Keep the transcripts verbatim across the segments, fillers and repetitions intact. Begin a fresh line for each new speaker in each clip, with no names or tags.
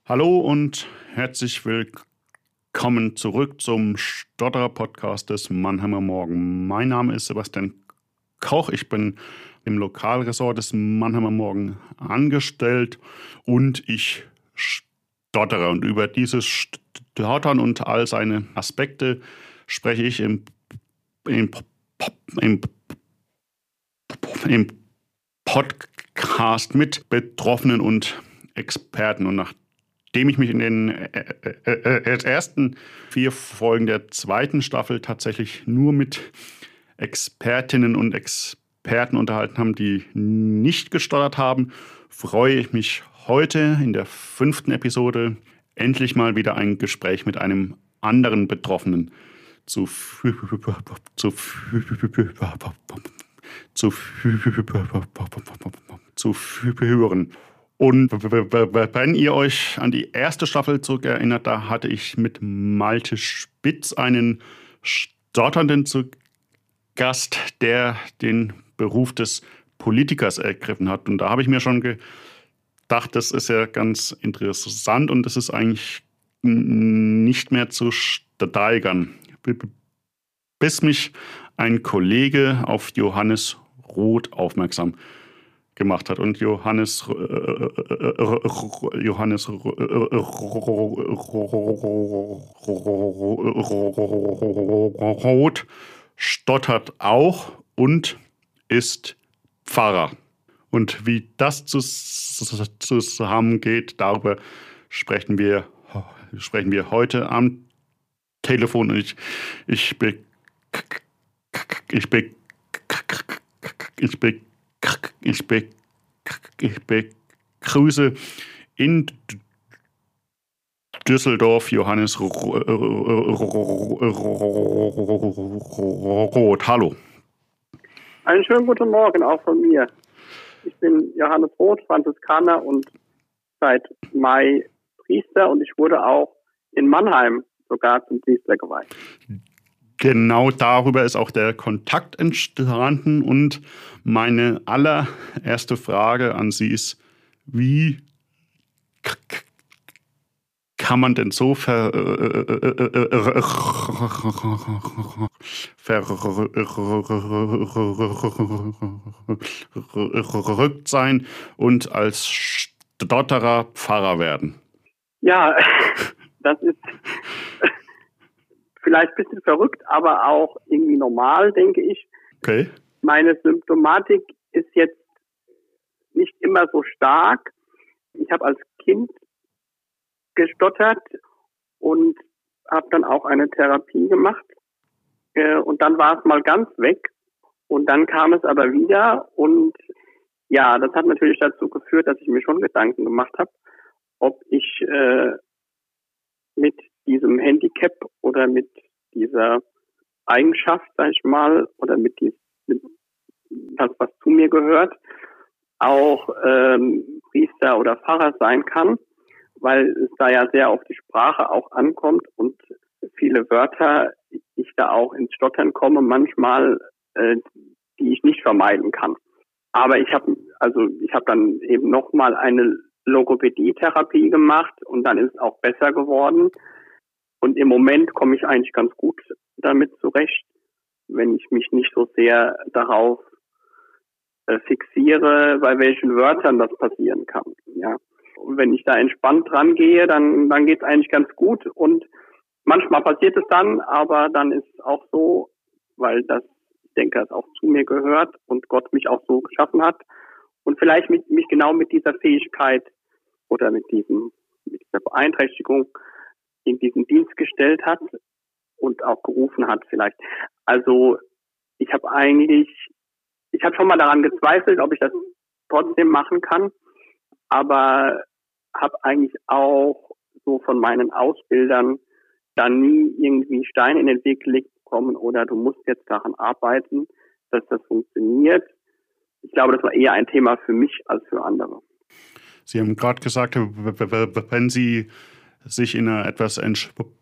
Hallo und herzlich willkommen zurück zum Stotterer-Podcast des Mannheimer Morgen. Mein Name ist Sebastian Koch. Ich bin im Lokalressort des Mannheimer Morgen angestellt und ich stottere. Und über dieses Stottern und all seine Aspekte spreche ich im, im, im, im Podcast mit Betroffenen und Experten. Und nachdem ich mich in den äh, äh, äh, ersten vier Folgen der zweiten Staffel tatsächlich nur mit Expertinnen und Experten unterhalten habe, die nicht gestottert haben, freue ich mich heute in der fünften Episode endlich mal wieder ein Gespräch mit einem anderen Betroffenen zu zu zu, zu führen. Und wenn ihr euch an die erste Staffel zurückerinnert, da hatte ich mit Malte Spitz einen Stotternden zu Gast, der den Beruf des Politikers ergriffen hat. Und da habe ich mir schon gedacht, das ist ja ganz interessant und das ist eigentlich nicht mehr zu steigern. Bis mich ein Kollege auf Johannes Roth aufmerksam gemacht hat. Und Johannes, Johannes Roth stottert auch und ist Pfarrer. Und wie das zusammengeht, darüber sprechen wir, sprechen wir heute am Telefon. Und ich, ich bin Ich, be, ich, be, ich, be, ich begrüße in Düsseldorf Johannes Roth. Hallo.
Einen schönen guten Morgen auch von mir. Ich bin Johannes Roth, Franziskaner und seit Mai Priester und ich wurde auch in Mannheim sogar zum Priester geweiht.
Genau darüber ist auch der Kontakt entstanden und meine allererste Frage an Sie ist, wie kann man denn so ver verrückt sein und als Stotterer Pfarrer werden?
Ja, das ist vielleicht ein bisschen verrückt, aber auch irgendwie normal, denke ich.
Okay.
Meine Symptomatik ist jetzt nicht immer so stark. Ich habe als Kind gestottert und habe dann auch eine Therapie gemacht. Und dann war es mal ganz weg. Und dann kam es aber wieder. Und ja, das hat natürlich dazu geführt, dass ich mir schon Gedanken gemacht habe, ob ich äh, mit diesem Handicap oder mit dieser Eigenschaft, sag ich mal, oder mit, dies, mit das, was zu mir gehört, auch ähm, Priester oder Pfarrer sein kann, weil es da ja sehr auf die Sprache auch ankommt und viele Wörter, ich da auch ins Stottern komme, manchmal, äh, die ich nicht vermeiden kann. Aber ich habe also ich habe dann eben nochmal eine Logopädie-Therapie gemacht und dann ist es auch besser geworden. Und im Moment komme ich eigentlich ganz gut damit zurecht, wenn ich mich nicht so sehr darauf äh, fixiere, bei welchen Wörtern das passieren kann. Ja. Und wenn ich da entspannt dran gehe, dann, dann geht es eigentlich ganz gut. Und manchmal passiert es dann, aber dann ist es auch so, weil das, ich denke, das auch zu mir gehört und Gott mich auch so geschaffen hat. Und vielleicht mit, mich genau mit dieser Fähigkeit oder mit diesem, mit dieser Beeinträchtigung in diesen Dienst gestellt hat und auch gerufen hat vielleicht. Also ich habe eigentlich, ich habe schon mal daran gezweifelt, ob ich das trotzdem machen kann, aber habe eigentlich auch so von meinen Ausbildern dann nie irgendwie Steine in den Weg gelegt bekommen oder du musst jetzt daran arbeiten, dass das funktioniert. Ich glaube, das war eher ein Thema für mich als für andere.
Sie haben gerade gesagt, wenn Sie sich in einer etwas entspannten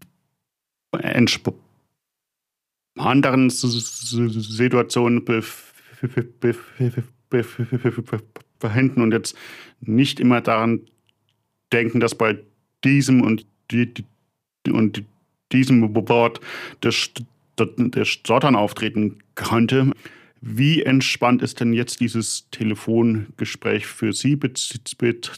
Situation befinden und jetzt nicht immer daran denken, dass bei diesem und, die, die, und diesem Wort das, das Stottern auftreten könnte. Wie entspannt ist denn jetzt dieses Telefongespräch für Sie, beziehungsweise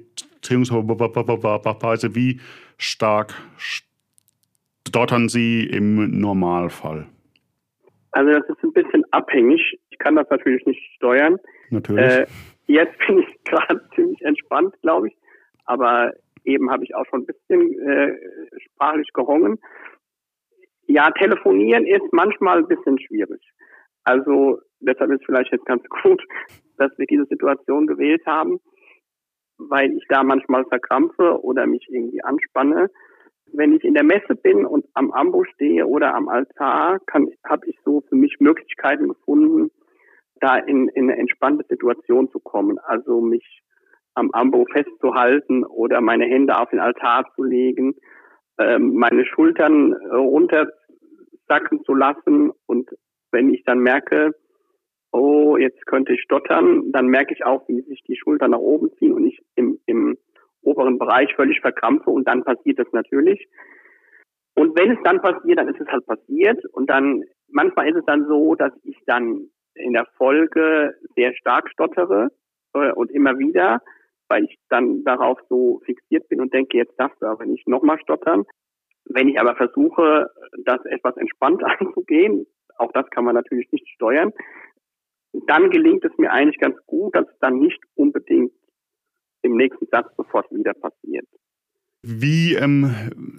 wie stark stottern Sie im Normalfall?
Also das ist ein bisschen abhängig. Ich kann das natürlich nicht steuern.
Natürlich.
Äh, jetzt bin ich gerade ziemlich entspannt, glaube ich. Aber eben habe ich auch schon ein bisschen äh, sprachlich gerungen. Ja, telefonieren ist manchmal ein bisschen schwierig. Also deshalb ist vielleicht jetzt ganz gut, dass wir diese Situation gewählt haben, weil ich da manchmal verkrampfe oder mich irgendwie anspanne. Wenn ich in der Messe bin und am Ambo stehe oder am Altar, habe ich so für mich Möglichkeiten gefunden, da in, in eine entspannte Situation zu kommen. Also mich am Ambo festzuhalten oder meine Hände auf den Altar zu legen, äh, meine Schultern äh, runtersacken zu lassen. Und wenn ich dann merke, oh, jetzt könnte ich stottern, dann merke ich auch, wie sich die Schultern nach oben ziehen und ich im, im oberen Bereich völlig verkrampfe, und dann passiert das natürlich. Und wenn es dann passiert, dann ist es halt passiert, und dann manchmal ist es dann so, dass ich dann in der Folge sehr stark stottere äh, und immer wieder, weil ich dann darauf so fixiert bin und denke, jetzt darfst du aber nicht nochmal stottern. Wenn ich aber versuche, das etwas entspannt anzugehen, auch das kann man natürlich nicht steuern, dann gelingt es mir eigentlich ganz gut, dass es dann nicht unbedingt im nächsten Satz sofort wieder passiert.
Wie ähm,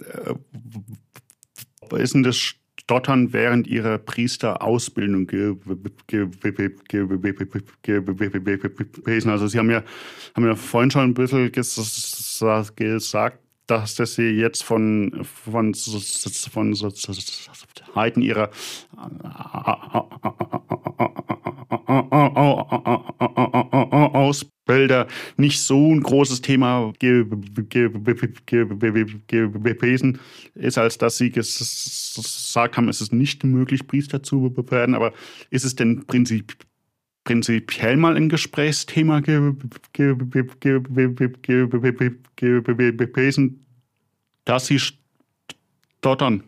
äh, ist denn das Stottern während Ihrer Priesterausbildung gewesen? Also Sie haben ja, haben ja vorhin schon ein bisschen gesagt, dass das Sie jetzt von, von, von Seiten Ihrer Ausbilder nicht so ein großes Thema gewesen ist, als dass Sie gesagt haben, es ist nicht möglich, Priester zu werden. Aber ist es denn prinzip, prinzipiell mal ein Gesprächsthema gewesen, dass Sie stottern?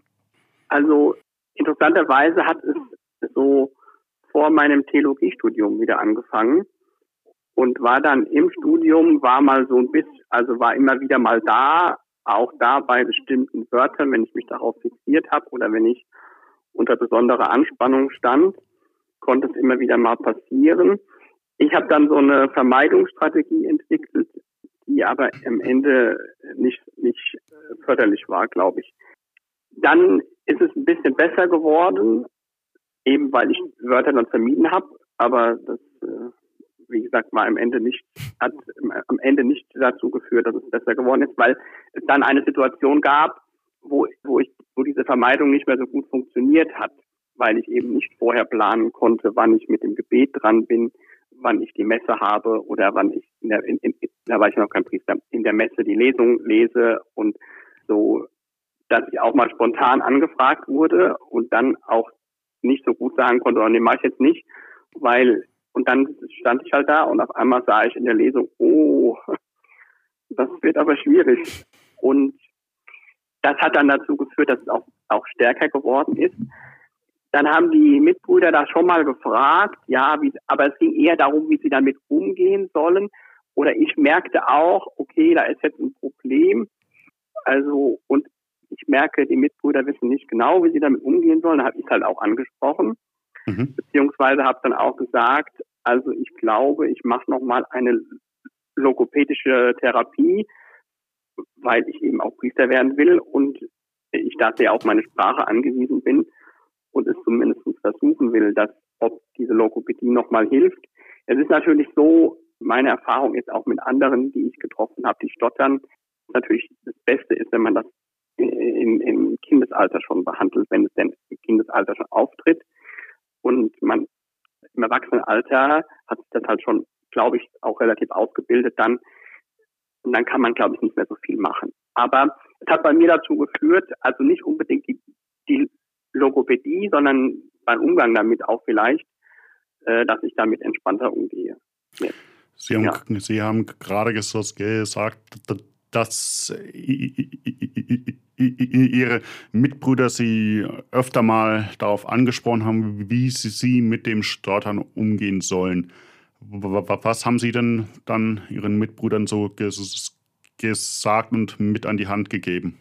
Also interessanterweise hat es so vor meinem Theologiestudium wieder angefangen und war dann im Studium, war mal so ein bisschen, also war immer wieder mal da, auch da bei bestimmten Wörtern, wenn ich mich darauf fixiert habe oder wenn ich unter besonderer Anspannung stand, konnte es immer wieder mal passieren. Ich habe dann so eine Vermeidungsstrategie entwickelt, die aber am Ende nicht, nicht förderlich war, glaube ich. Dann ist es ein bisschen besser geworden, eben weil ich Wörter dann vermieden habe, aber das, wie gesagt, war am Ende nicht, hat am Ende nicht dazu geführt, dass es besser geworden ist, weil es dann eine Situation gab, wo, wo ich, wo diese Vermeidung nicht mehr so gut funktioniert hat, weil ich eben nicht vorher planen konnte, wann ich mit dem Gebet dran bin, wann ich die Messe habe oder wann ich, in der, in, in, da war ich noch kein Priester, in der Messe die Lesung lese und so, dass ich auch mal spontan angefragt wurde und dann auch nicht so gut sagen konnte, oh, nee, mach ich jetzt nicht, weil, und dann stand ich halt da und auf einmal sah ich in der Lesung, oh, das wird aber schwierig. Und das hat dann dazu geführt, dass es auch, auch stärker geworden ist. Dann haben die Mitbrüder da schon mal gefragt, ja, wie, aber es ging eher darum, wie sie damit umgehen sollen. Oder ich merkte auch, okay, da ist jetzt ein Problem. Also, und ich merke, die Mitbrüder wissen nicht genau, wie sie damit umgehen sollen. Da habe ich es halt auch angesprochen. Mhm. Beziehungsweise habe dann auch gesagt, also ich glaube, ich mache nochmal eine logopädische Therapie, weil ich eben auch Priester werden will und ich dafür ja auf meine Sprache angewiesen bin und es zumindest versuchen will, dass ob diese Logopädie nochmal hilft. Es ist natürlich so, meine Erfahrung ist auch mit anderen, die ich getroffen habe, die stottern, natürlich das Beste ist, wenn man das im, im Kindesalter schon behandelt, wenn es denn im Kindesalter schon auftritt. Und man im Erwachsenenalter hat sich das halt schon, glaube ich, auch relativ ausgebildet dann. Und dann kann man, glaube ich, nicht mehr so viel machen. Aber es hat bei mir dazu geführt, also nicht unbedingt die, die Logopädie, sondern beim Umgang damit auch vielleicht, äh, dass ich damit entspannter umgehe. Jetzt.
Sie haben,
Ja.
Sie haben gerade gesagt, dass Ihre Mitbrüder Sie öfter mal darauf angesprochen haben, wie Sie, Sie mit dem Stottern umgehen sollen. Was haben Sie denn dann Ihren Mitbrüdern so gesagt und mit an die Hand gegeben?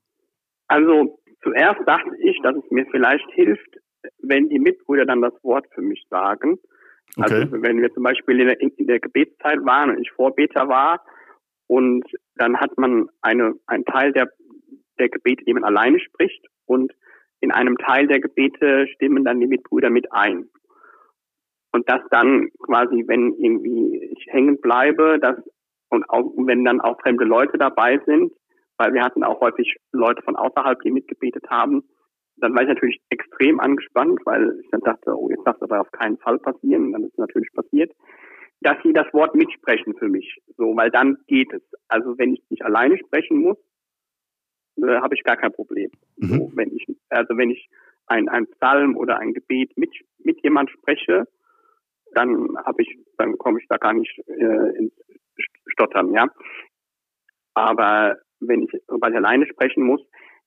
Also zuerst dachte ich, dass es mir vielleicht hilft, wenn die Mitbrüder dann das Wort für mich sagen.
Okay.
Also wenn wir zum Beispiel in der, in der Gebetszeit waren und ich Vorbeter war und dann hat man eine, einen Teil der, der Gebete, die man alleine spricht, und in einem Teil der Gebete stimmen dann die Mitbrüder mit ein. Und das dann quasi, wenn irgendwie ich hängen bleibe, dass, und auch wenn dann auch fremde Leute dabei sind, weil wir hatten auch häufig Leute von außerhalb, die mitgebetet haben, dann war ich natürlich extrem angespannt, weil ich dann dachte, oh, jetzt darf das aber auf keinen Fall passieren. Und dann ist es natürlich passiert, dass sie das Wort mitsprechen für mich. So, weil dann geht es. Also wenn ich nicht alleine sprechen muss, äh, habe ich gar kein Problem. Mhm. So, wenn ich, also wenn ich ein, ein Psalm oder ein Gebet mit, mit jemand spreche, dann habe ich, dann komme ich da gar nicht äh, ins Stottern, ja. Aber wenn ich, weil ich alleine sprechen muss,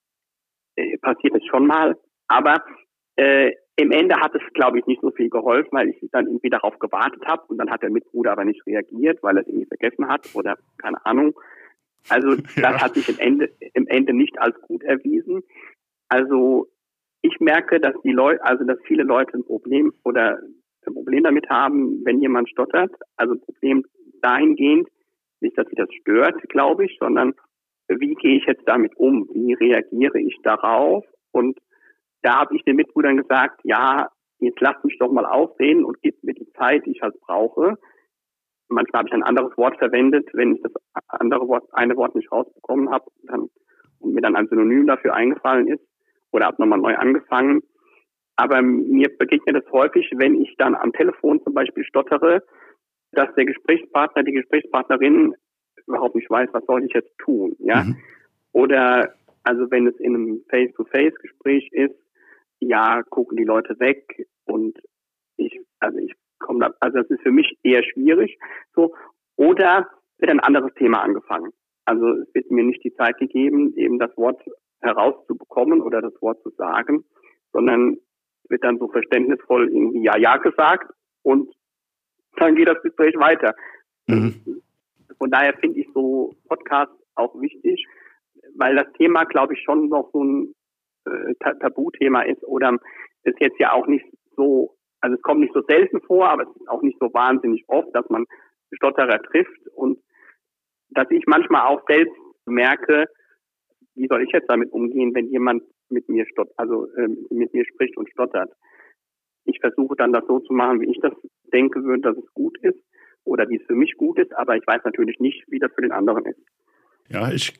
äh, passiert es schon mal. Aber äh, im Ende hat es, glaube ich, nicht so viel geholfen, weil ich dann irgendwie darauf gewartet habe und dann hat der Mitbruder aber nicht reagiert, weil er es irgendwie vergessen hat oder keine Ahnung. Also das ja. hat sich im Ende, im Ende nicht als gut erwiesen. Also ich merke, dass die Leute, also dass viele Leute ein Problem oder ein Problem damit haben, wenn jemand stottert. Also ein Problem dahingehend, nicht, dass sie das stört, glaube ich, sondern wie gehe ich jetzt damit um? Wie reagiere ich darauf? Und da habe ich den Mitbrüdern gesagt, ja, jetzt lasst mich doch mal ausreden und gebt mir die Zeit, die ich halt brauche. Manchmal habe ich ein anderes Wort verwendet, wenn ich das andere Wort, eine Wort nicht rausbekommen habe, dann, und mir dann ein Synonym dafür eingefallen ist, oder habe nochmal neu angefangen. Aber mir begegnet es häufig, wenn ich dann am Telefon zum Beispiel stottere, dass der Gesprächspartner, die Gesprächspartnerin überhaupt nicht weiß, was soll ich jetzt tun, ja? Mhm. Oder, also wenn es in einem Face-to-Face-Gespräch ist, ja, gucken die Leute weg und ich, also ich komme da, also das ist für mich eher schwierig, so. Oder wird ein anderes Thema angefangen. Also es wird mir nicht die Zeit gegeben, eben das Wort herauszubekommen oder das Wort zu sagen, sondern wird dann so verständnisvoll irgendwie ja, ja gesagt und dann geht das Gespräch weiter. Mhm. Von daher finde ich so Podcasts auch wichtig, weil das Thema, glaube ich, schon noch so ein äh, Tabuthema ist oder ist jetzt ja auch nicht so, also es kommt nicht so selten vor, aber es ist auch nicht so wahnsinnig oft, dass man Stotterer trifft und dass ich manchmal auch selbst merke, wie soll ich jetzt damit umgehen, wenn jemand mit mir stott, also äh, mit mir spricht und stottert. Ich versuche dann das so zu machen, wie ich das denke würde, dass es gut ist oder wie es für mich gut ist, aber ich weiß natürlich nicht, wie das für den anderen ist.
Ja, ich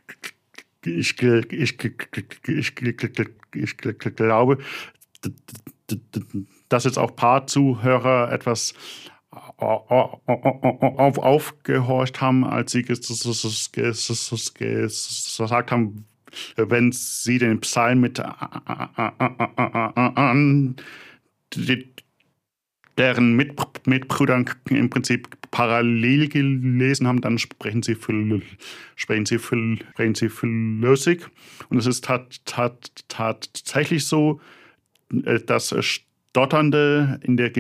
ich, ich, ich, ich, ich glaube, dass jetzt auch ein paar Zuhörer etwas auf, aufgehorcht haben, als sie gesagt haben, wenn sie den Psalm mit deren Mit Mitbrüdern im Prinzip parallel gelesen haben, dann sprechen sie, für, sprechen sie, für, sprechen sie flüssig. Und es ist tat, tat, tatsächlich so, dass Stotternde in der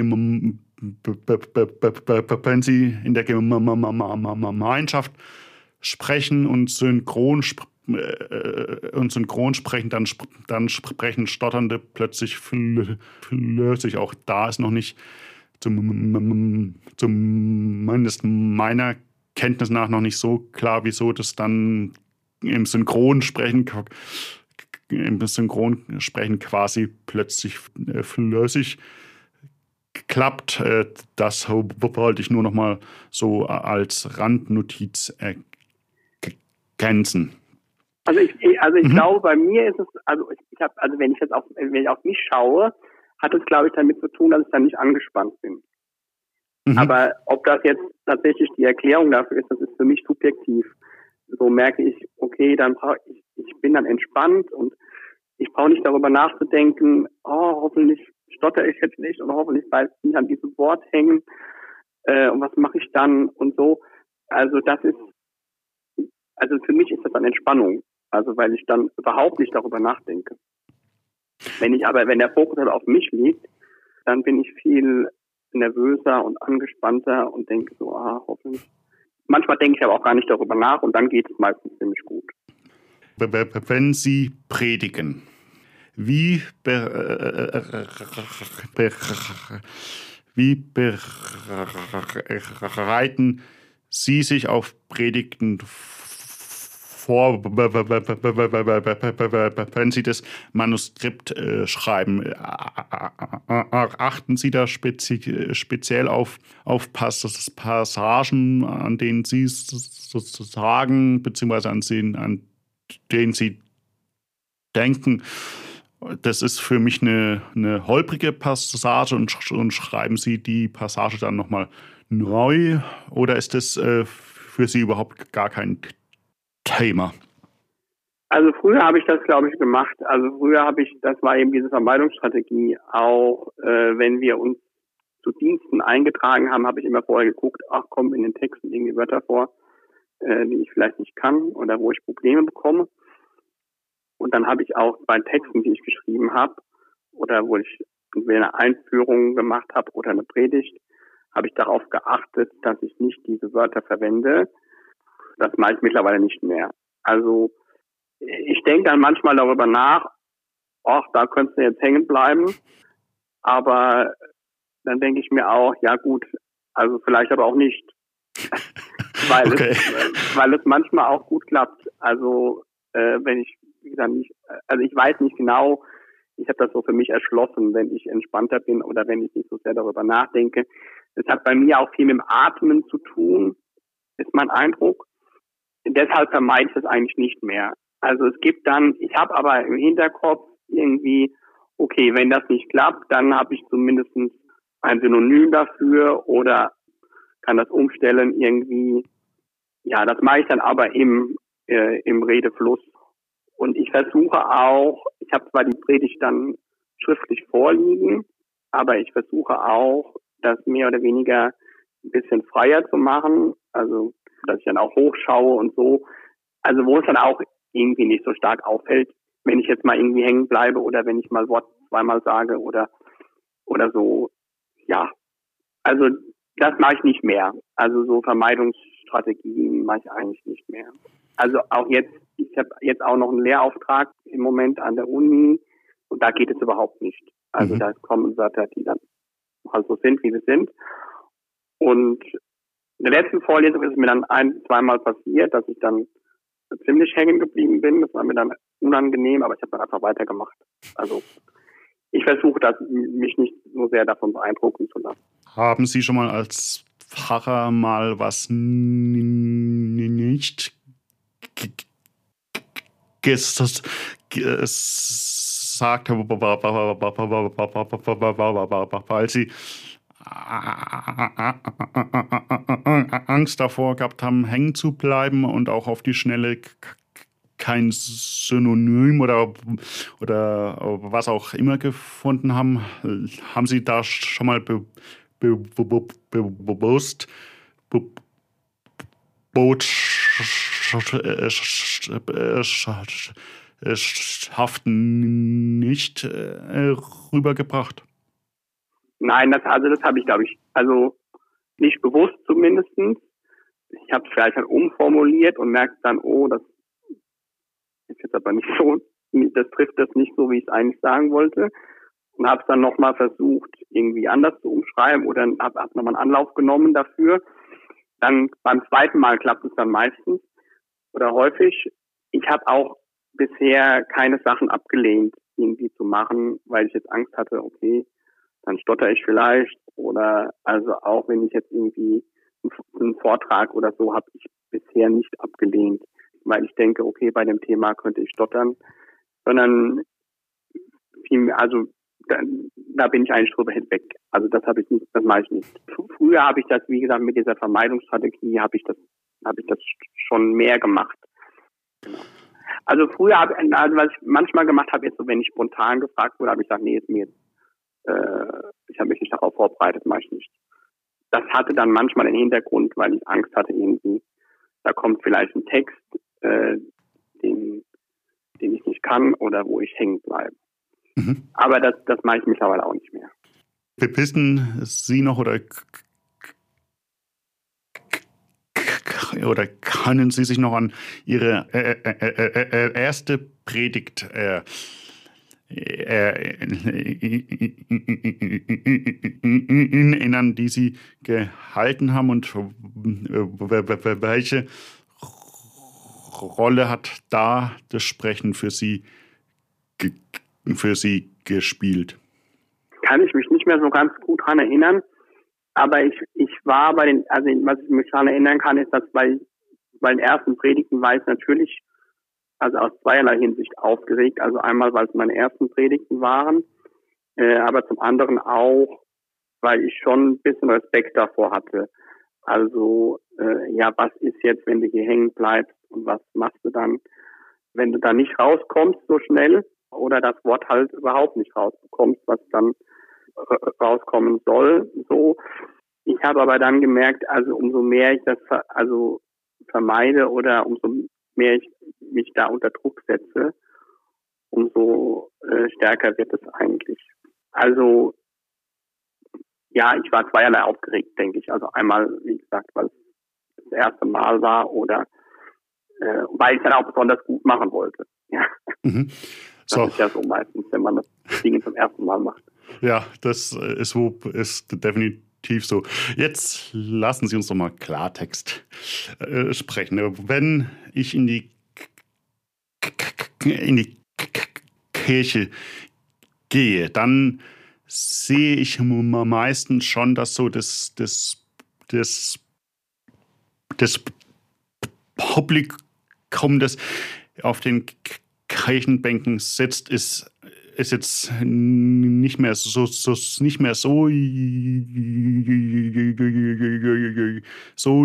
wenn sie in der Gemeinschaft sprechen und synchron sprechen, und synchron sprechen, dann, dann sprechen Stotternde plötzlich flüssig. Auch da ist noch nicht, zum, zumindest meiner Kenntnis nach, noch nicht so klar, wieso das dann im Synchronsprechen, im Synchronsprechen quasi plötzlich flüssig klappt. Das wollte ich nur noch mal so als Randnotiz ergänzen.
Also ich, also ich mhm. glaube, bei mir ist es, also ich, ich habe, also wenn ich jetzt auf, wenn ich auf mich schaue, hat es, glaube ich, damit zu tun, dass ich dann nicht angespannt bin. Mhm. Aber ob das jetzt tatsächlich die Erklärung dafür ist, das ist für mich subjektiv. So merke ich, okay, dann brauche ich, ich bin dann entspannt und ich brauche nicht darüber nachzudenken, oh, hoffentlich stotter ich jetzt nicht und hoffentlich bleibt es nicht an diesem Wort hängen. äh, und was mache ich dann und so. Also das ist, also für mich ist das dann Entspannung, also weil ich dann überhaupt nicht darüber nachdenke. Wenn ich aber, wenn der Fokus aber auf mich liegt, dann bin ich viel nervöser und angespannter und denke so, ah, hoffentlich. Manchmal denke ich aber auch gar nicht darüber nach und dann geht es meistens ziemlich gut.
Wenn Sie predigen, wie, be, be, wie bereiten Sie sich auf Predigten vor, wenn Sie das Manuskript äh, schreiben? Achten Sie da spezi speziell auf, auf Passagen, an denen Sie sozusagen, beziehungsweise an, Sie, an denen Sie denken, das ist für mich eine, eine holprige Passage und, und schreiben Sie die Passage dann nochmal neu? Oder ist das äh, für Sie überhaupt gar kein Thema?
Also früher habe ich das, glaube ich, gemacht. Also früher habe ich, das war eben diese Vermeidungsstrategie, auch äh, wenn wir uns zu Diensten eingetragen haben, habe ich immer vorher geguckt, ach, kommen in den Texten irgendwie Wörter vor, äh, die ich vielleicht nicht kann oder wo ich Probleme bekomme. Und dann habe ich auch bei Texten, die ich geschrieben habe oder wo ich entweder eine Einführung gemacht habe oder eine Predigt, habe ich darauf geachtet, dass ich nicht diese Wörter verwende. Das mache ich mittlerweile nicht mehr. Also ich denke dann manchmal darüber nach, ach, da könntest du jetzt hängen bleiben. Aber dann denke ich mir auch, ja gut, also vielleicht aber auch nicht. weil, okay. es, weil es manchmal auch gut klappt. Also äh, wenn ich, wie gesagt, nicht, also ich weiß nicht genau, ich habe das so für mich erschlossen, wenn ich entspannter bin oder wenn ich nicht so sehr darüber nachdenke. Es hat bei mir auch viel mit dem Atmen zu tun, ist mein Eindruck. Deshalb vermeide ich das eigentlich nicht mehr. Also es gibt dann, ich habe aber im Hinterkopf irgendwie, okay, wenn das nicht klappt, dann habe ich zumindest ein Synonym dafür oder kann das umstellen irgendwie. Ja, das mache ich dann aber im, äh, im Redefluss. Und ich versuche auch, ich habe zwar die Predigt dann schriftlich vorliegen, aber ich versuche auch, das mehr oder weniger ein bisschen freier zu machen. Also, dass ich dann auch hochschaue und so. Also, wo es dann auch irgendwie nicht so stark auffällt, wenn ich jetzt mal irgendwie hängen bleibe oder wenn ich mal Wort zweimal sage oder, oder so. Ja, also, das mache ich nicht mehr. Also, so Vermeidungsstrategien mache ich eigentlich nicht mehr. Also, auch jetzt, ich habe jetzt auch noch einen Lehrauftrag im Moment an der Uni und da geht es überhaupt nicht. Also, mhm. da kommen Wörter, die dann halt so sind, wie sie sind. Und in der letzten Vorlesung ist es mir dann ein-, zweimal passiert, dass ich dann ziemlich hängen geblieben bin. Das war mir dann unangenehm, aber ich habe dann einfach weitergemacht. Also ich versuche, das, mich nicht so sehr davon beeindrucken zu lassen.
Haben Sie schon mal als Pfarrer mal was nicht gesagt, weil Sie Angst davor gehabt haben, hängen zu bleiben und auch auf die Schnelle kein Synonym oder, oder was auch immer gefunden haben? Haben Sie da schon mal be, be, be, be, be, bewusst be, Botschaften nicht äh, rübergebracht?
Nein, das, also das habe ich, glaube ich, also nicht bewusst zumindest. Ich habe es vielleicht dann umformuliert und merke dann, oh, das ist jetzt aber nicht so, das trifft das nicht so, wie ich es eigentlich sagen wollte. Und habe es dann nochmal versucht, irgendwie anders zu umschreiben oder habe hab nochmal einen Anlauf genommen dafür. Dann beim zweiten Mal klappt es dann meistens oder häufig. Ich habe auch bisher keine Sachen abgelehnt, irgendwie zu machen, weil ich jetzt Angst hatte, okay, dann stotter ich vielleicht oder also auch wenn ich jetzt irgendwie einen Vortrag oder so habe ich bisher nicht abgelehnt, weil ich denke, okay, bei dem Thema könnte ich stottern, sondern viel, also da, da bin ich eigentlich drüber hinweg. Also das habe ich nicht, das mache ich nicht. Früher habe ich das, wie gesagt, mit dieser Vermeidungsstrategie habe ich das, habe ich das schon mehr gemacht. Genau. Also früher habe also was ich manchmal gemacht habe, jetzt so, wenn ich spontan gefragt wurde, habe ich gesagt, nee, ist mir jetzt Äh, ich habe mich nicht darauf vorbereitet, mache ich nicht. das hatte dann manchmal den Hintergrund, weil ich Angst hatte, irgendwie, da kommt vielleicht ein Text, äh, den, den ich nicht kann oder wo ich hängen bleibe. Mhm. Aber das, das mache ich mittlerweile auch nicht mehr.
Wissen Sie noch oder oder können Sie sich noch an Ihre äh, äh, äh, äh, erste Predigt äh, erinnern, die Sie gehalten haben, und welche Rolle hat da das Sprechen für Sie, für Sie gespielt?
Kann ich mich nicht mehr so ganz gut dran erinnern, aber ich, ich war bei den, also was ich mich daran erinnern kann, ist, dass bei, bei den ersten Predigten war ich natürlich, also aus zweierlei Hinsicht aufgeregt. Also einmal, weil es meine ersten Predigten waren, äh, aber zum anderen auch, weil ich schon ein bisschen Respekt davor hatte. Also, äh, ja, was ist jetzt, wenn du hier hängen bleibst, und was machst du dann, wenn du da nicht rauskommst so schnell oder das Wort halt überhaupt nicht rausbekommst, was dann rauskommen soll, so. Ich habe aber dann gemerkt, also umso mehr ich das ver- also vermeide oder umso mehr ich mich da unter Druck setze, umso äh, stärker wird es eigentlich. Also ja, ich war zweierlei aufgeregt, denke ich. Also einmal, wie gesagt, weil es das erste Mal war oder äh, weil ich dann auch besonders gut machen wollte. Ja. Mhm. So. Das ist ja so meistens, wenn man das Ding zum ersten Mal macht.
Ja, das ist, so, ist definitiv so. Jetzt lassen Sie uns doch mal Klartext äh, sprechen. Wenn ich in die, in die Kirche gehe, dann sehe ich meistens schon, dass so das, das, das, das Publikum, das auf den Kirchenbänken sitzt, ist ist jetzt nicht mehr so, so nicht mehr so so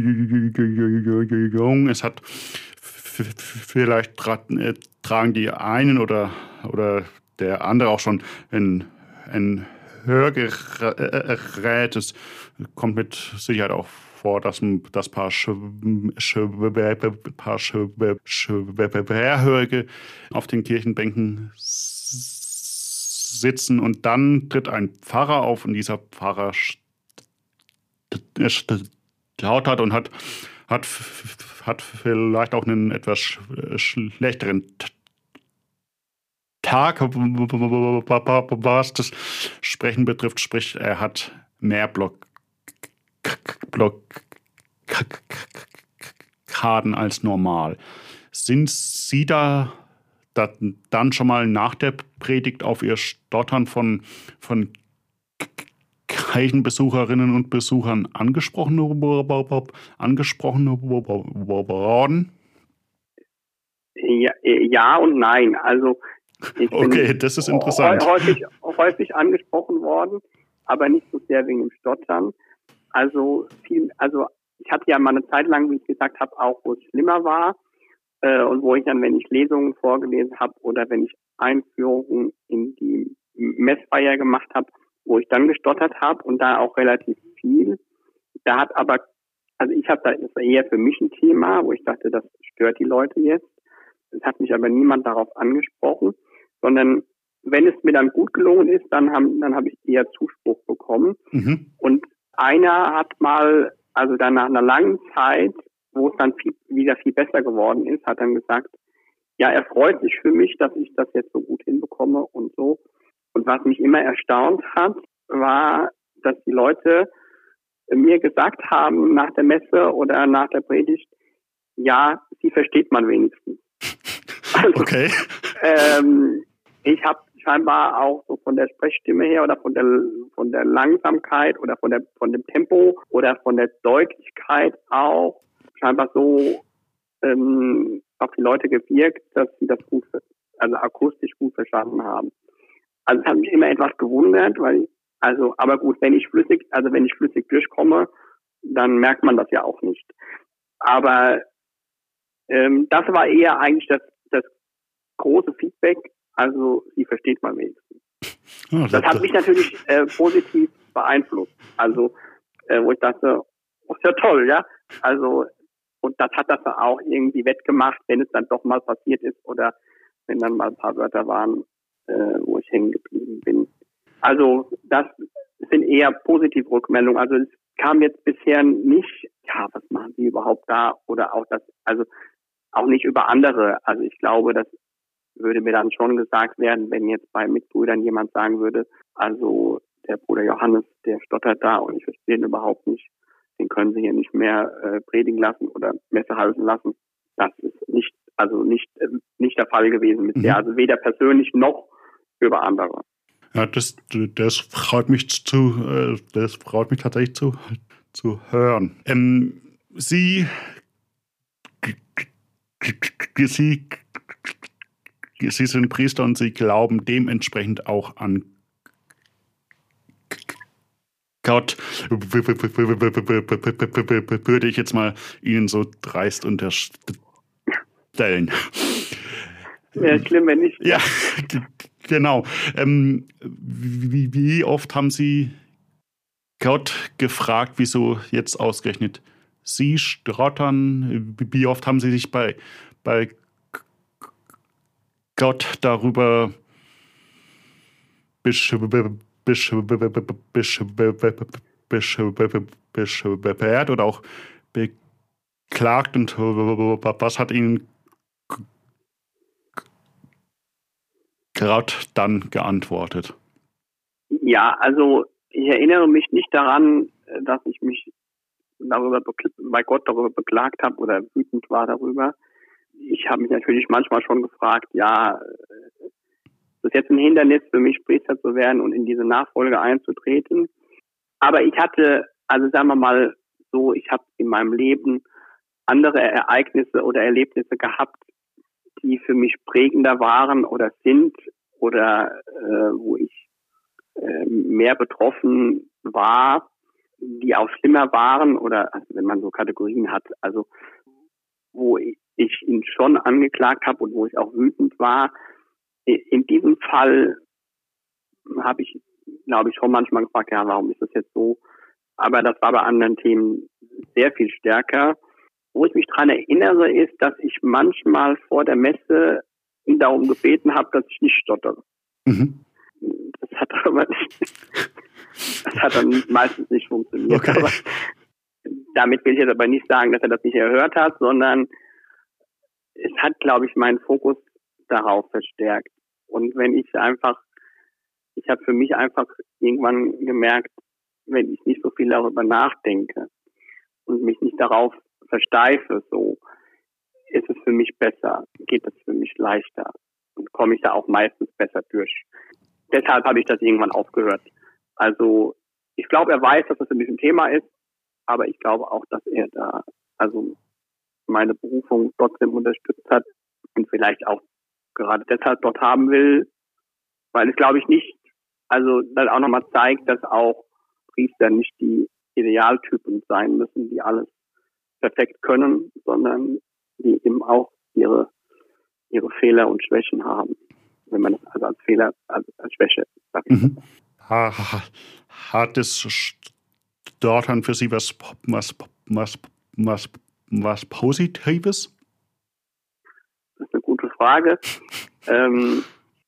jung. Es hat vielleicht tragen die einen oder oder der andere auch schon ein, ein Hörgerät. Es kommt mit Sicherheit auch vor, dass ein das paar Schwerhörige auf den Kirchenbänken sitzen, und dann tritt ein Pfarrer auf, und dieser Pfarrer lautert und hat, hat, hat vielleicht auch einen etwas schlechteren Tag, was das Sprechen betrifft, sprich, er hat mehr Block Blockaden als normal. Sind Sie da, da dann schon mal nach der Predigt auf Ihr Stottern von, von Kirchenbesucherinnen und Besuchern angesprochen, angesprochen worden?
Ja, ja und nein. Also ich bin
okay, das ist interessant.
Häufig, häufig angesprochen worden, aber nicht so sehr wegen dem Stottern. Also viel, also ich hatte ja mal eine Zeit lang, wie ich gesagt habe, auch wo es schlimmer war äh, und wo ich dann, wenn ich Lesungen vorgelesen habe oder wenn ich Einführungen in die Messfeier gemacht habe, wo ich dann gestottert habe und da auch relativ viel. Da hat aber, also ich habe da, das war eher für mich ein Thema, wo ich dachte, das stört die Leute jetzt. Es hat mich aber niemand darauf angesprochen, sondern wenn es mir dann gut gelungen ist, dann haben, dann habe ich eher Zuspruch bekommen. Mhm. Und einer hat mal, also dann nach einer langen Zeit, wo es dann viel, wieder viel besser geworden ist, hat dann gesagt, ja, er freut sich für mich, dass ich das jetzt so gut hinbekomme und so. Und was mich immer erstaunt hat, war, dass die Leute mir gesagt haben nach der Messe oder nach der Predigt, ja, sie versteht man wenigstens. Also,
okay.
Ähm, ich habe scheinbar auch so von der Sprechstimme her oder von der von der Langsamkeit oder von der von dem Tempo oder von der Deutlichkeit auch scheinbar so ähm, auf die Leute gewirkt, dass sie das gut, also akustisch gut verstanden haben. Also es hat mich immer etwas gewundert, weil also aber gut, wenn ich flüssig, also wenn ich flüssig durchkomme, dann merkt man das ja auch nicht. Aber ähm, das war eher eigentlich das das große Feedback, also sie versteht man wenigstens. Oh, das, das hat mich natürlich äh, positiv beeinflusst. Also äh, wo ich dachte, oh, ist ja toll, ja. Also, und das hat das auch irgendwie wettgemacht, wenn es dann doch mal passiert ist oder wenn dann mal ein paar Wörter waren, äh, wo ich hängen geblieben bin. Also, das sind eher positive Rückmeldungen. Also, es kam jetzt bisher nicht, ja, was machen Sie überhaupt da? Oder auch das, also auch nicht über andere. Also, ich glaube, das würde mir dann schon gesagt werden, wenn jetzt bei Mitbrüdern jemand sagen würde, also der Bruder Johannes, der stottert da und ich verstehe ihn überhaupt nicht, den können Sie hier nicht mehr äh, predigen lassen oder Messe halten lassen. Das ist nicht, also nicht, äh, nicht der Fall gewesen bisher. Mhm. Also weder persönlich noch über andere.
Ja, das, das freut mich zu, das freut mich tatsächlich zu, zu hören. Ähm, Sie, Sie, Sie sind Priester und Sie glauben dementsprechend auch an Gott, würde ich jetzt mal Ihnen so dreist unterstellen.
Wäre schlimm, wenn nicht.
Ja, genau. Ähm, wie, wie oft haben Sie Gott gefragt, wieso jetzt ausgerechnet Sie stottern? Wie oft haben Sie sich bei, bei Gott darüber beschwert oder auch beklagt und was hat Ihnen Gott dann geantwortet?
Ja, also ich erinnere mich nicht daran, dass ich mich darüber bei Gott darüber beklagt habe oder wütend war darüber. Ich habe mich natürlich manchmal schon gefragt, ja, ist das jetzt ein Hindernis für mich, Priester zu werden und in diese Nachfolge einzutreten? Aber ich hatte, also sagen wir mal so, ich habe in meinem Leben andere Ereignisse oder Erlebnisse gehabt, die für mich prägender waren oder sind oder äh, wo ich äh, mehr betroffen war, die auch schlimmer waren oder also wenn man so Kategorien hat, also wo ich, ich ihn schon angeklagt habe und wo ich auch wütend war. In diesem Fall habe ich, glaube ich, schon manchmal gefragt, ja, warum ist das jetzt so? Aber das war bei anderen Themen sehr viel stärker. Wo ich mich daran erinnere, ist, dass ich manchmal vor der Messe ihn darum gebeten habe, dass ich nicht stottere. Mhm. Das hat aber nicht, das hat dann meistens nicht funktioniert. Okay. Aber damit will ich jetzt aber nicht sagen, dass er das nicht erhört hat, sondern es hat, glaube ich, meinen Fokus darauf verstärkt. Und wenn ich einfach, ich habe für mich einfach irgendwann gemerkt, wenn ich nicht so viel darüber nachdenke und mich nicht darauf versteife, so ist es für mich besser, geht es für mich leichter und komme ich da auch meistens besser durch. Deshalb habe ich das irgendwann aufgehört. Also ich glaube, er weiß, dass das für mich ein Thema ist, aber ich glaube auch, dass er da also meine Berufung trotzdem unterstützt hat und vielleicht auch gerade deshalb dort haben will, weil es, glaube ich, nicht, also dann auch nochmal zeigt, dass auch Priester nicht die Idealtypen sein müssen, die alles perfekt können, sondern die eben auch ihre ihre Fehler und Schwächen haben, wenn man das also als Fehler, als, als Schwäche sagt. Mhm.
Hat es dort dann für Sie was, was, was, was, was Positives?
Das ist eine gute Frage. ähm,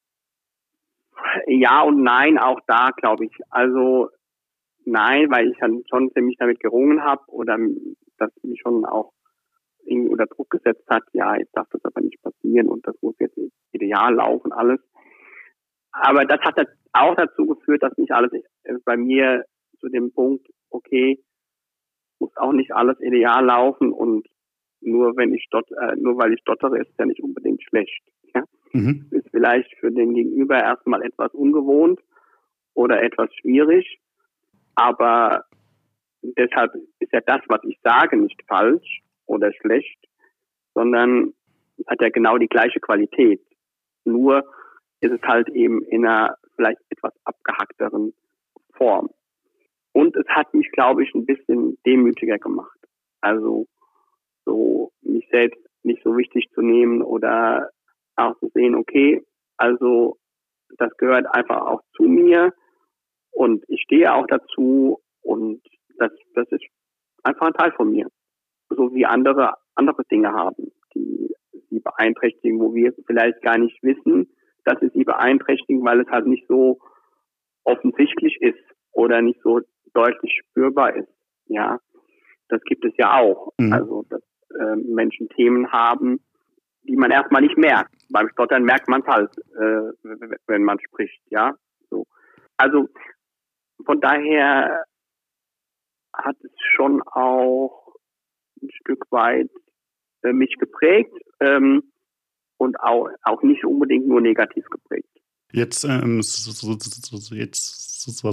ja und nein, auch da glaube ich. Also nein, weil ich dann schon ziemlich damit gerungen habe oder das mich schon auch irgendwie unter Druck gesetzt hat, ja, jetzt darf das aber nicht passieren und das muss jetzt ideal laufen, alles. Aber das hat auch dazu geführt, dass nicht alles bei mir zu dem Punkt, okay, muss auch nicht alles ideal laufen und nur wenn ich stotter, äh, nur weil ich stottere, ist ja nicht unbedingt schlecht. Ja? Mhm. Ist vielleicht für den Gegenüber erstmal etwas ungewohnt oder etwas schwierig, aber deshalb ist ja das, was ich sage, nicht falsch oder schlecht, sondern es hat ja genau die gleiche Qualität. Nur ist es halt eben in einer vielleicht etwas abgehackteren Form. Und es hat mich, glaube ich, ein bisschen demütiger gemacht. Also so mich selbst nicht so wichtig zu nehmen oder auch zu sehen, okay, also das gehört einfach auch zu mir und ich stehe auch dazu und Das, das ist einfach ein Teil von mir. So wie andere, andere Dinge haben, die sie beeinträchtigen, wo wir vielleicht gar nicht wissen, dass sie sie beeinträchtigen, weil es halt nicht so offensichtlich ist oder nicht so deutlich spürbar ist. Ja, das gibt es ja auch.
Mhm.
Also, dass äh, Menschen Themen haben, die man erstmal nicht merkt. Beim Stottern merkt man es halt, äh, wenn man spricht. Ja, so. Also, von daher hat es schon auch ein Stück weit äh, mich geprägt ähm, und auch, auch nicht unbedingt nur negativ geprägt.
Jetzt, ähm, so, so, so, jetzt, so,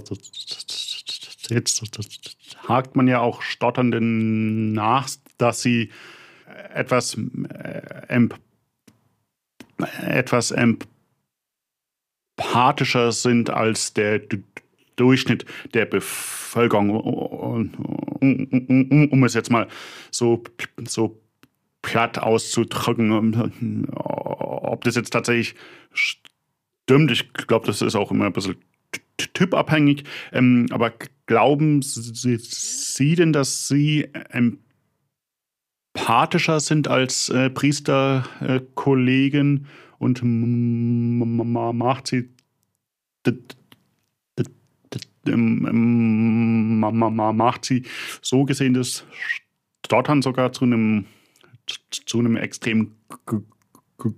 jetzt hakt man ja auch Stotternden nach, dass sie etwas, äh, emp, etwas empathischer sind als der D- Durchschnitt der Bevölkerung. Um, um, um es jetzt mal so, so platt auszudrücken, ob das jetzt tatsächlich stimmt. Ich glaube, das ist auch immer ein bisschen typabhängig. Ähm, aber glauben Sie, Sie denn, dass Sie empathischer sind als äh, Priesterkollegen äh, und m- m- m- macht Sie d- d- d- ähm, ähm, ma- ma- ma- macht Sie so gesehen das Stottern sogar zu einem zu einem extrem g- g-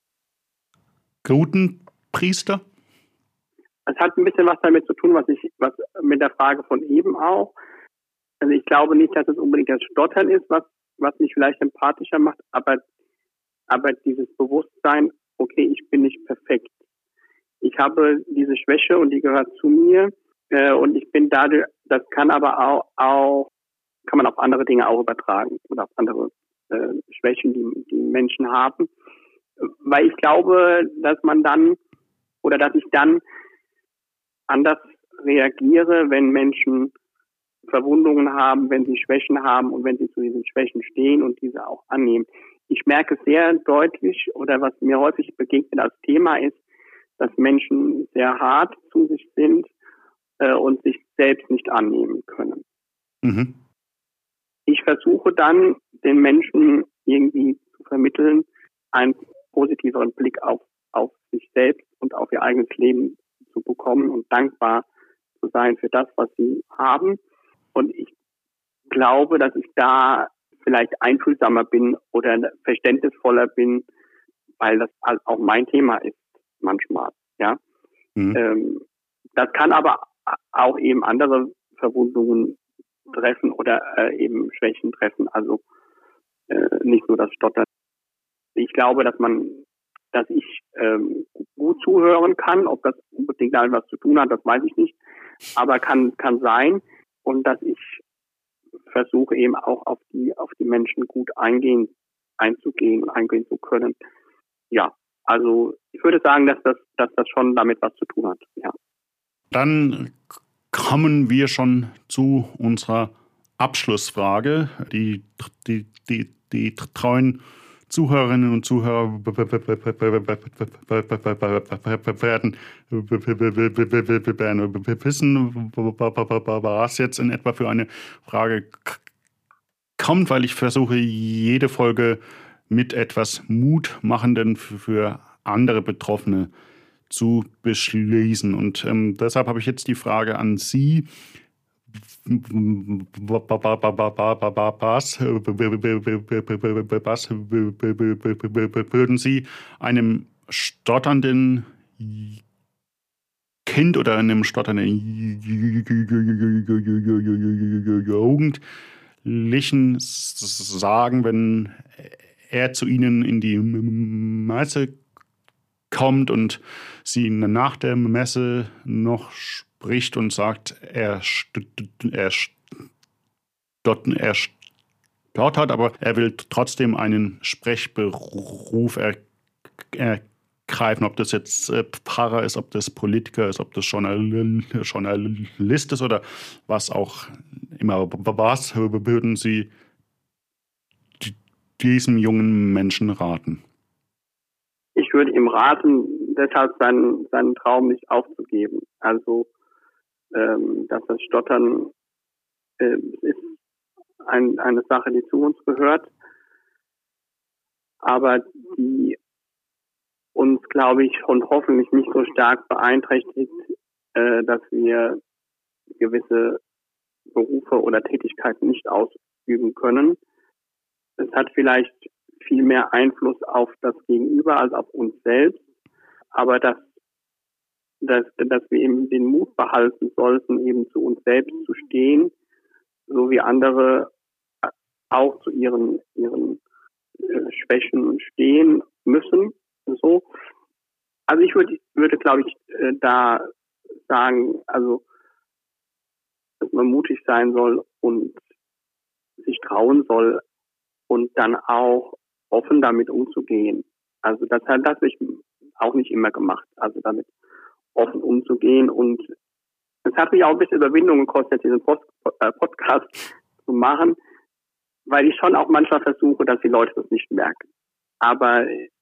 guten Priester?
Es hat ein bisschen was damit zu tun, was ich, was mit der Frage von eben auch. Also ich glaube nicht, dass es unbedingt das Stottern ist, was, was mich vielleicht empathischer macht, aber, aber dieses Bewusstsein, okay, ich bin nicht perfekt. Ich habe diese Schwäche und die gehört zu mir, äh, und ich bin dadurch, das kann aber auch, auch, kann man auf andere Dinge auch übertragen oder auf andere äh, Schwächen, die, die Menschen haben. Weil ich glaube, dass man dann, oder dass ich dann anders reagiere, wenn Menschen Verwundungen haben, wenn sie Schwächen haben und wenn sie zu diesen Schwächen stehen und diese auch annehmen. Ich merke sehr deutlich, oder was mir häufig begegnet als Thema ist, dass Menschen sehr hart zu sich sind äh, und sich selbst nicht annehmen können.
Mhm.
Ich versuche dann, den Menschen irgendwie zu vermitteln, einen positiveren Blick auf, auf sich selbst und auf ihr eigenes Leben zu bekommen und dankbar zu sein für das, was sie haben. Und ich glaube, dass ich da vielleicht einfühlsamer bin oder verständnisvoller bin, weil das halt auch mein Thema ist manchmal. Ja,
Mhm.
ähm, das kann aber auch eben andere Verwundungen treffen oder äh, eben Schwächen treffen. Also äh, nicht nur das Stottern. Ich glaube, dass man, dass ich ähm, gut zuhören kann. Ob das unbedingt damit was zu tun hat, das weiß ich nicht. Aber kann kann sein, und dass ich versuche eben auch auf die auf die Menschen gut eingehen, einzugehen und eingehen zu können. Ja, also ich würde sagen, dass das dass das schon damit was zu tun hat. Ja.
Dann kommen wir schon zu unserer Abschlussfrage. Die, die, die, die treuen Zuhörerinnen und Zuhörer werden wissen, was jetzt in etwa für eine Frage kommt, weil ich versuche, jede Folge mit etwas Mutmachenden für andere Betroffene zu beschließen. Und ähm, deshalb habe ich jetzt die Frage an Sie. Was, was würden Sie einem stotternden Kind oder einem stotternden Jugendlichen sagen, wenn er zu Ihnen in die Messe kommt und Sie nach der Messe noch spricht und sagt, er, er, er stottert, aber er will trotzdem einen Sprechberuf er, ergreifen, ob das jetzt Pfarrer ist, ob das Politiker ist, ob das Journalist ist oder was auch immer. Was würden Sie diesem jungen Menschen raten?
Ich würde ihm raten, deshalb seinen, seinen Traum nicht aufzugeben. Also, ähm, dass das Stottern äh, es ist ein, eine Sache, die zu uns gehört, aber die uns, glaube ich, und hoffentlich nicht so stark beeinträchtigt, äh, dass wir gewisse Berufe oder Tätigkeiten nicht ausüben können. Es hat vielleicht viel mehr Einfluss auf das Gegenüber als auf uns selbst, aber dass, dass, dass wir eben den Mut behalten sollten, eben zu uns selbst zu stehen, so wie andere auch zu ihren, ihren äh, Schwächen stehen müssen. So. Also ich würde, würde glaube ich, äh, da sagen, also, dass man mutig sein soll und sich trauen soll und dann auch offen damit umzugehen. Also das hat das ich auch nicht immer gemacht, also damit offen umzugehen. Und es hat mich auch ein bisschen Überwindung gekostet, diesen Post, äh, Podcast zu machen, weil ich schon auch manchmal versuche, dass die Leute das nicht merken. Aber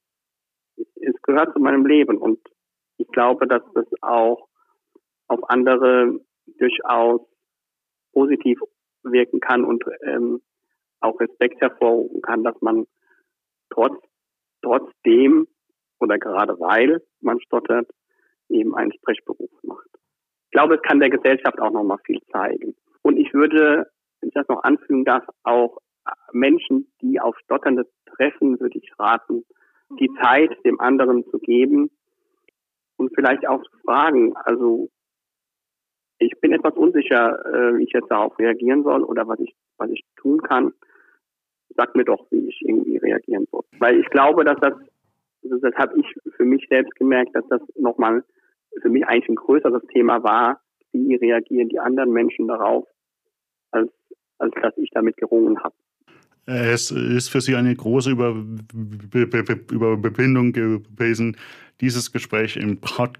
es gehört zu meinem Leben und ich glaube, dass das auch auf andere durchaus positiv wirken kann und ähm, auch Respekt hervorrufen kann, dass man trotz trotzdem oder gerade weil man stottert, eben einen Sprechberuf macht. Ich glaube, es kann der Gesellschaft auch nochmal viel zeigen. Und ich würde, wenn ich das noch anfügen darf, auch Menschen, die auf Stotternde treffen, würde ich raten, die Zeit dem anderen zu geben und vielleicht auch zu fragen. Also ich bin etwas unsicher, äh, wie ich jetzt darauf reagieren soll oder was ich was ich tun kann. Sag mir doch, wie ich irgendwie reagieren soll. Weil ich glaube, dass das, also das habe ich für mich selbst gemerkt, dass das nochmal für mich eigentlich ein größeres Thema war, wie reagieren die anderen Menschen darauf, als, als dass ich damit gerungen habe.
Es ist für Sie eine große Über- Überwindung gewesen, dieses Gespräch im Podcast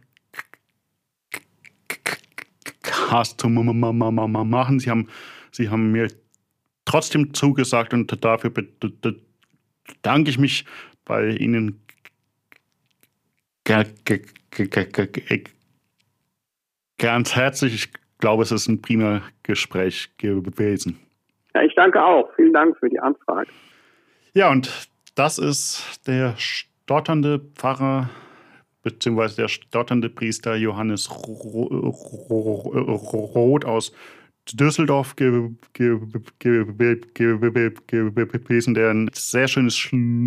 zu machen. Sie haben, Sie haben mir trotzdem zugesagt und dafür bedanke ich mich bei Ihnen ganz herzlich. Ich glaube, es ist ein prima Gespräch gewesen.
Ja, ich danke auch. Vielen Dank für die Anfrage.
Ja, und das ist der stotternde Pfarrer beziehungsweise der stotternde Priester Johannes Roth aus Düsseldorf gewesen, der ein sehr schönes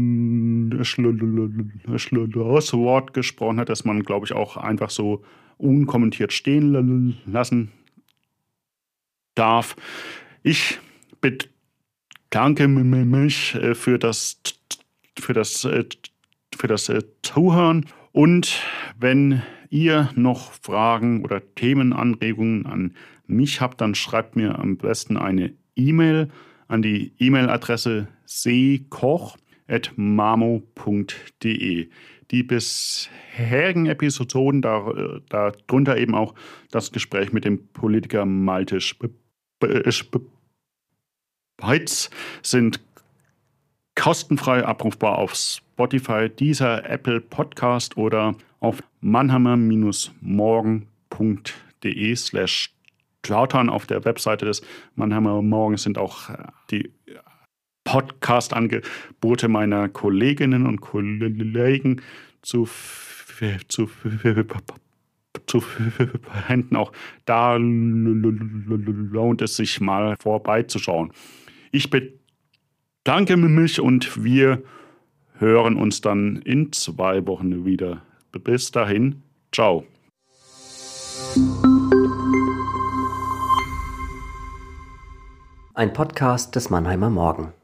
Schlusswort gesprochen hat, das man, glaube ich, auch einfach so unkommentiert stehen lassen darf. Ich bedanke mich für das, für das, für das Zuhören. Und wenn ihr noch Fragen oder Themenanregungen an mich habt, dann schreibt mir am besten eine E-Mail an die E-Mail-Adresse seekoch at mamo punkt de. Die bisherigen Episoden, darunter eben auch das Gespräch mit dem Politiker Malte Spitz, sind kostenfrei abrufbar auf Spotify, Deezer, Apple Podcast oder auf mannheimer-morgen.de slash Trautern. Auf der Webseite des Mannheimer Morgens sind auch die Podcast-Angebote meiner Kolleginnen und Kollegen zu, zu, zu finden. Auch da lohnt es sich mal vorbeizuschauen. Ich bedanke mich und wir hören uns dann in zwei Wochen wieder. Bis dahin, ciao.
Ein Podcast des Mannheimer Morgen.